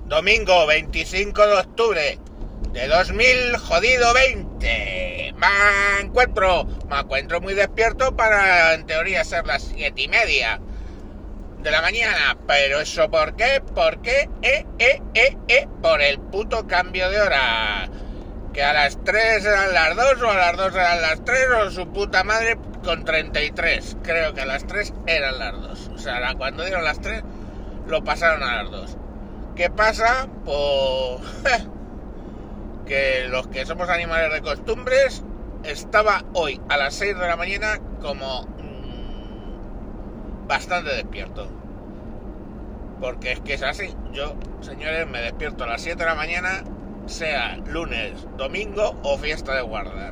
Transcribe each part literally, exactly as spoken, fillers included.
Domingo veinticinco de octubre de dos mil jodido veinte. Me encuentro, me encuentro muy despierto para en teoría ser las siete y media de la mañana. Pero eso ¿por qué? ¿Por qué? Eh, eh, eh, eh, por el puto cambio de hora. Que a las tres eran las dos, o a las dos eran las tres, o su puta madre con treinta y tres. Creo que a las tres eran las dos. O sea, cuando dieron las tres, lo pasaron a las dos. ¿Qué pasa? Pues que los que somos animales de costumbres, estaba hoy a las seis de la mañana como mmm, bastante despierto. Porque es que es así. Yo, señores, me despierto a las siete de la mañana, sea lunes, domingo o fiesta de guardar.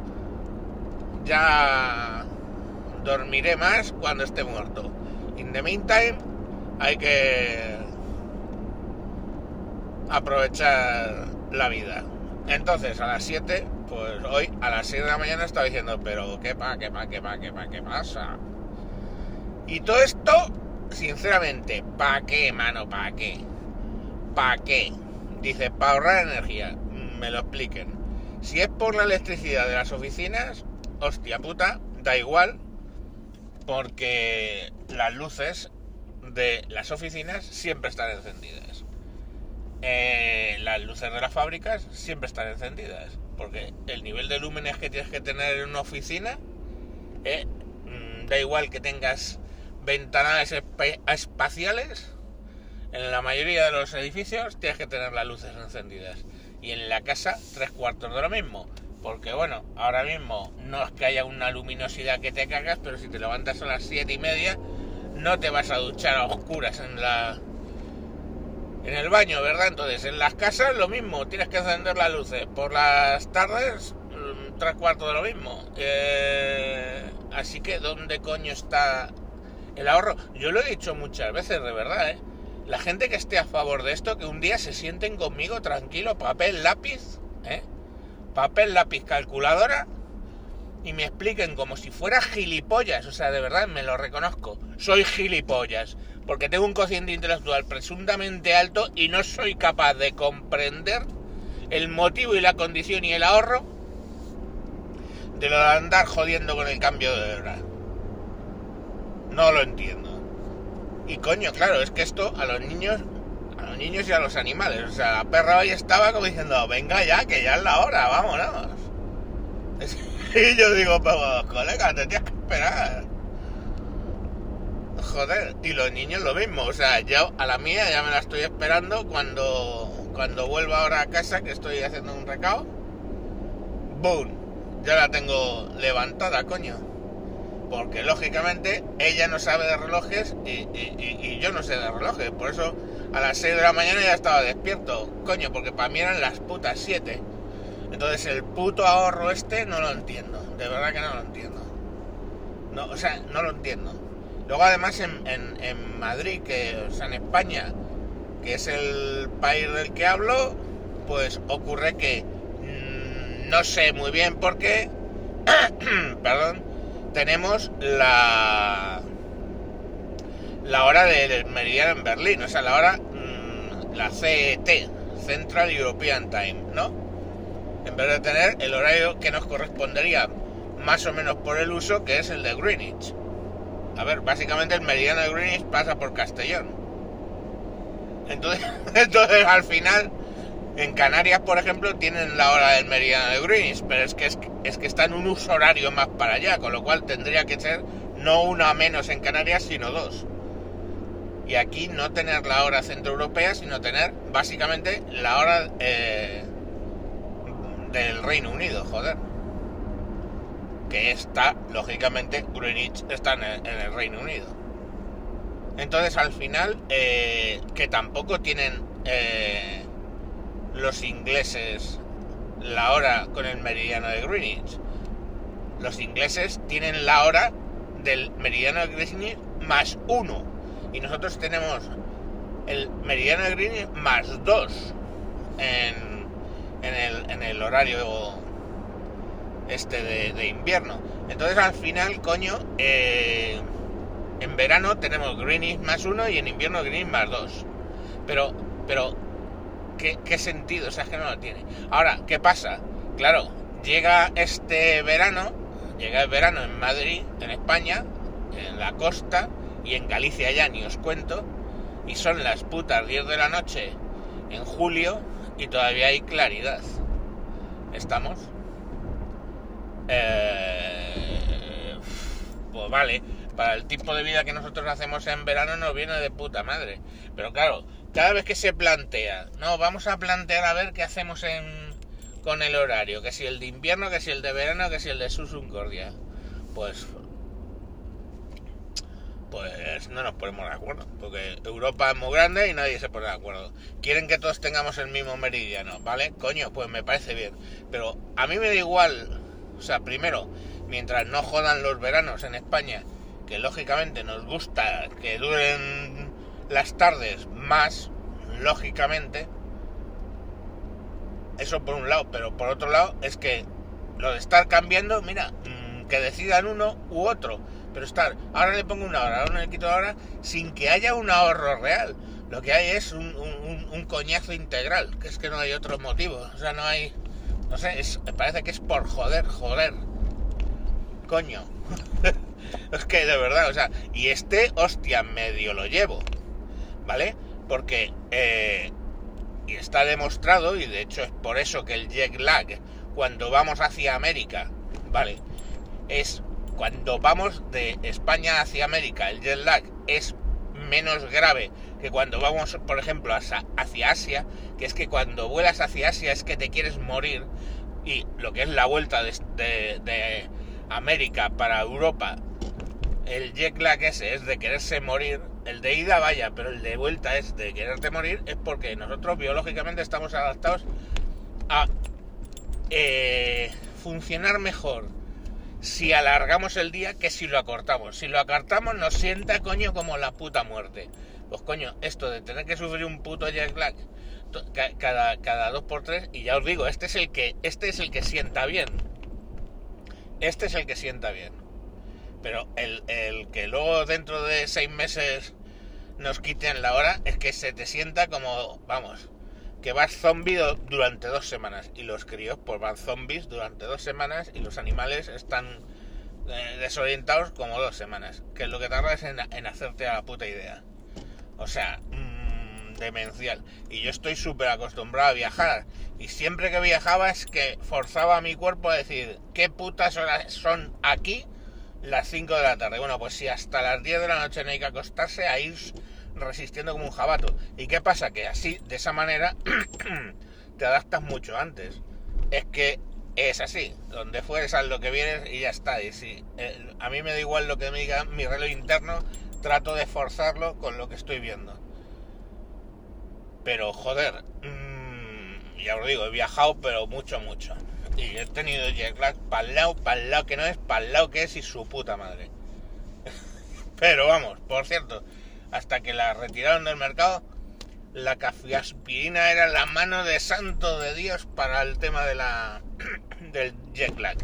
Ya dormiré más cuando esté muerto. In the meantime, hay que aprovechar la vida. Entonces, a las siete, pues hoy a las seis de la mañana estaba diciendo, pero qué pa, qué pa, qué pa, qué pa, qué pasa. Y todo esto, sinceramente, ¿pa qué, mano? ¿Pa qué? ¿Pa qué? Dice, para ahorrar energía. Me lo expliquen. Si es por la electricidad de las oficinas, hostia puta, da igual, porque las luces de las oficinas siempre están encendidas. Eh, las luces de las fábricas siempre están encendidas, porque el nivel de lúmenes que tienes que tener en una oficina, eh, mmm, da igual que tengas ventanales esp- espaciales. En la mayoría de los edificios tienes que tener las luces encendidas. Y en la casa, tres cuartos de lo mismo. Porque bueno, ahora mismo no es que haya una luminosidad que te cagas, pero si te levantas a las siete y media, no te vas a duchar a oscuras en la en el baño, ¿verdad? Entonces, en las casas lo mismo, tienes que encender las luces. Por las tardes, tres cuartos de lo mismo. Eh, así que, ¿dónde coño está el ahorro? Yo lo he dicho muchas veces, de verdad, ¿eh? La gente que esté a favor de esto, que un día se sienten conmigo tranquilo, papel, lápiz, ¿eh? Papel, lápiz, calculadora, y me expliquen como si fuera gilipollas. O sea, de verdad, me lo reconozco. Soy gilipollas, porque tengo un cociente intelectual presuntamente alto y no soy capaz de comprender el motivo y la condición y el ahorro de lo de andar jodiendo con el cambio de hora. No lo entiendo. Y coño, claro, es que esto a los niños, a los niños y a los animales, o sea, la perra hoy estaba como diciendo, venga ya, que ya es la hora, vámonos. Y yo digo, pero colega, te tienes que esperar. Joder, y los niños lo mismo, o sea, yo a la mía ya me la estoy esperando cuando, cuando vuelva ahora a casa, que estoy haciendo un recao. ¡Boom! Ya la tengo levantada, coño. Porque lógicamente ella no sabe de relojes y, y, y, y yo no sé de relojes. Por eso a las seis de la mañana ya estaba despierto. Coño, porque para mí eran las putas siete. Entonces el puto ahorro este no lo entiendo. De verdad que no lo entiendo. No, o sea, no lo entiendo. Luego además en, en, en Madrid, que, o sea, en España, que es el país del que hablo, pues ocurre que mmm, no sé muy bien por qué, perdón, tenemos la la hora del meridiano en Berlín, o sea, la hora, mmm, la C E T, Central European Time, ¿no? En vez de tener el horario que nos correspondería más o menos por el uso, que es el de Greenwich. A ver, básicamente el meridiano de Greenwich pasa por Castellón. Entonces, entonces al final, en Canarias, por ejemplo, tienen la hora del meridiano de Greenwich, pero es que, es, es que está en un uso horario más para allá, con lo cual tendría que ser no una menos en Canarias, sino dos. Y aquí no tener la hora centroeuropea, sino tener básicamente la hora eh, del Reino Unido, joder. Que está, lógicamente, Greenwich está en el, en el Reino Unido. Entonces, al final, eh, que tampoco tienen eh, los ingleses la hora con el meridiano de Greenwich. Los ingleses tienen la hora del meridiano de Greenwich más uno. Y nosotros tenemos el meridiano de Greenwich más dos en, en, el, en el horario este de, de invierno. Entonces al final, coño, eh, en verano tenemos Greenwich más uno y en invierno Greenwich más dos. Pero, pero ¿qué, qué sentido? O sea, es que no lo tiene. Ahora, ¿qué pasa? Claro, llega este verano, llega el verano en Madrid, en España, en la costa, y en Galicia ya ni os cuento, y son las putas diez de la noche en julio y todavía hay claridad. ¿Estamos? Eh, pues vale, para el tipo de vida que nosotros hacemos en verano nos viene de puta madre. Pero claro, cada vez que se plantea, no, vamos a plantear a ver qué hacemos en, con el horario, que si el de invierno, que si el de verano, que si el de Susuncordia, pues pues no nos ponemos de acuerdo, porque Europa es muy grande y nadie se pone de acuerdo. Quieren que todos tengamos el mismo meridiano, ¿vale? Coño, pues me parece bien, pero a mí me da igual. O sea, primero, mientras no jodan los veranos en España, que lógicamente nos gusta que duren las tardes más, lógicamente, eso por un lado, pero por otro lado es que lo de estar cambiando, mira, que decidan uno u otro, pero estar, ahora le pongo una hora, ahora le quito la hora, sin que haya un ahorro real. Lo que hay es un, un, un coñazo integral, que es que no hay otro motivo, o sea, no hay, no sé, es, parece que es por joder, joder, coño, es que de verdad, o sea, y este, hostia, medio lo llevo, ¿vale? Porque, eh, y está demostrado, y de hecho es por eso que el jet lag, cuando vamos hacia América, ¿vale? Es cuando vamos de España hacia América, el jet lag es menos grave que cuando vamos, por ejemplo, hacia, hacia Asia, que es que cuando vuelas hacia Asia es que te quieres morir, y lo que es la vuelta de, de, de América para Europa, el jet lag ese es de quererse morir. El de ida vaya, pero el de vuelta es de quererte morir, es porque nosotros biológicamente estamos adaptados a eh, funcionar mejor si alargamos el día que si lo acortamos. Si lo acortamos nos sienta, coño, como la puta muerte. Pues coño, esto de tener que sufrir un puto jet lag cada, cada dos por tres, y ya os digo, este es el que, este es el que sienta bien. Este es el que sienta bien. Pero el, el que luego dentro de seis meses nos quiten la hora es que se te sienta como, vamos, que vas zombie durante dos semanas. Y los críos pues van zombies durante dos semanas y los animales están eh, desorientados como dos semanas. Que es lo que tardas en, en hacerte a la puta idea. O sea, mmm, demencial. Y yo estoy súper acostumbrado a viajar. Y siempre que viajaba es que forzaba a mi cuerpo a decir, ¿qué putas horas son aquí? Las cinco de la tarde. Bueno, pues si hasta las diez de la noche no hay que acostarse, a ir resistiendo como un jabato. ¿Y qué pasa? Que así, de esa manera, te adaptas mucho antes. Es que es así. Donde fueres, haz lo que vienes y ya está. Y si eh, a mí me da igual lo que me diga mi reloj interno, trato de forzarlo con lo que estoy viendo. Pero, joder, mmm, ya os digo, he viajado, pero mucho, mucho. Y he tenido jet lag para el lado, para el lado que no es, para el lado que es y su puta madre. Pero vamos, por cierto, hasta que la retiraron del mercado, la cafeaspirina era la mano de santo de Dios para el tema de la del jet lag.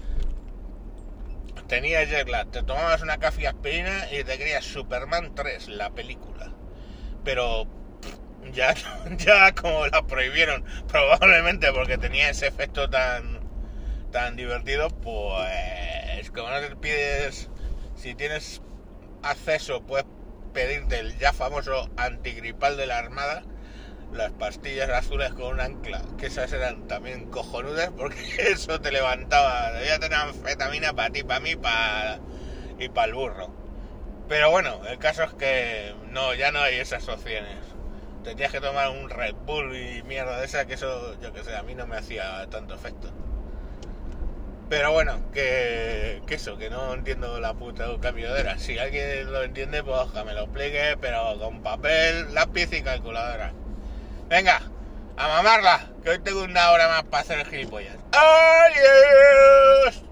Tenía jet lag, te tomabas una cafeaspirina y te creías Superman tres, la película. Pero ya, ya como la prohibieron, probablemente porque tenía ese efecto tan tan divertido, pues como no te pides, si tienes acceso, puedes pedirte el ya famoso antigripal de la Armada, las pastillas azules con un ancla, que esas eran también cojonudas, porque eso te levantaba, debía tener anfetamina para ti, para mí, para y para el burro. Pero bueno, el caso es que no, ya no hay esas opciones. Te tienes que tomar un Red Bull y mierda de esa, que eso, yo que sé, a mí no me hacía tanto efecto. Pero bueno, que, que eso, que no entiendo la puta cambiadora. Si alguien lo entiende, pues ojalá me lo explique, pero con papel, lápiz y calculadora. Venga, a mamarla, que hoy tengo una hora más para hacer el gilipollas. ¡Adiós!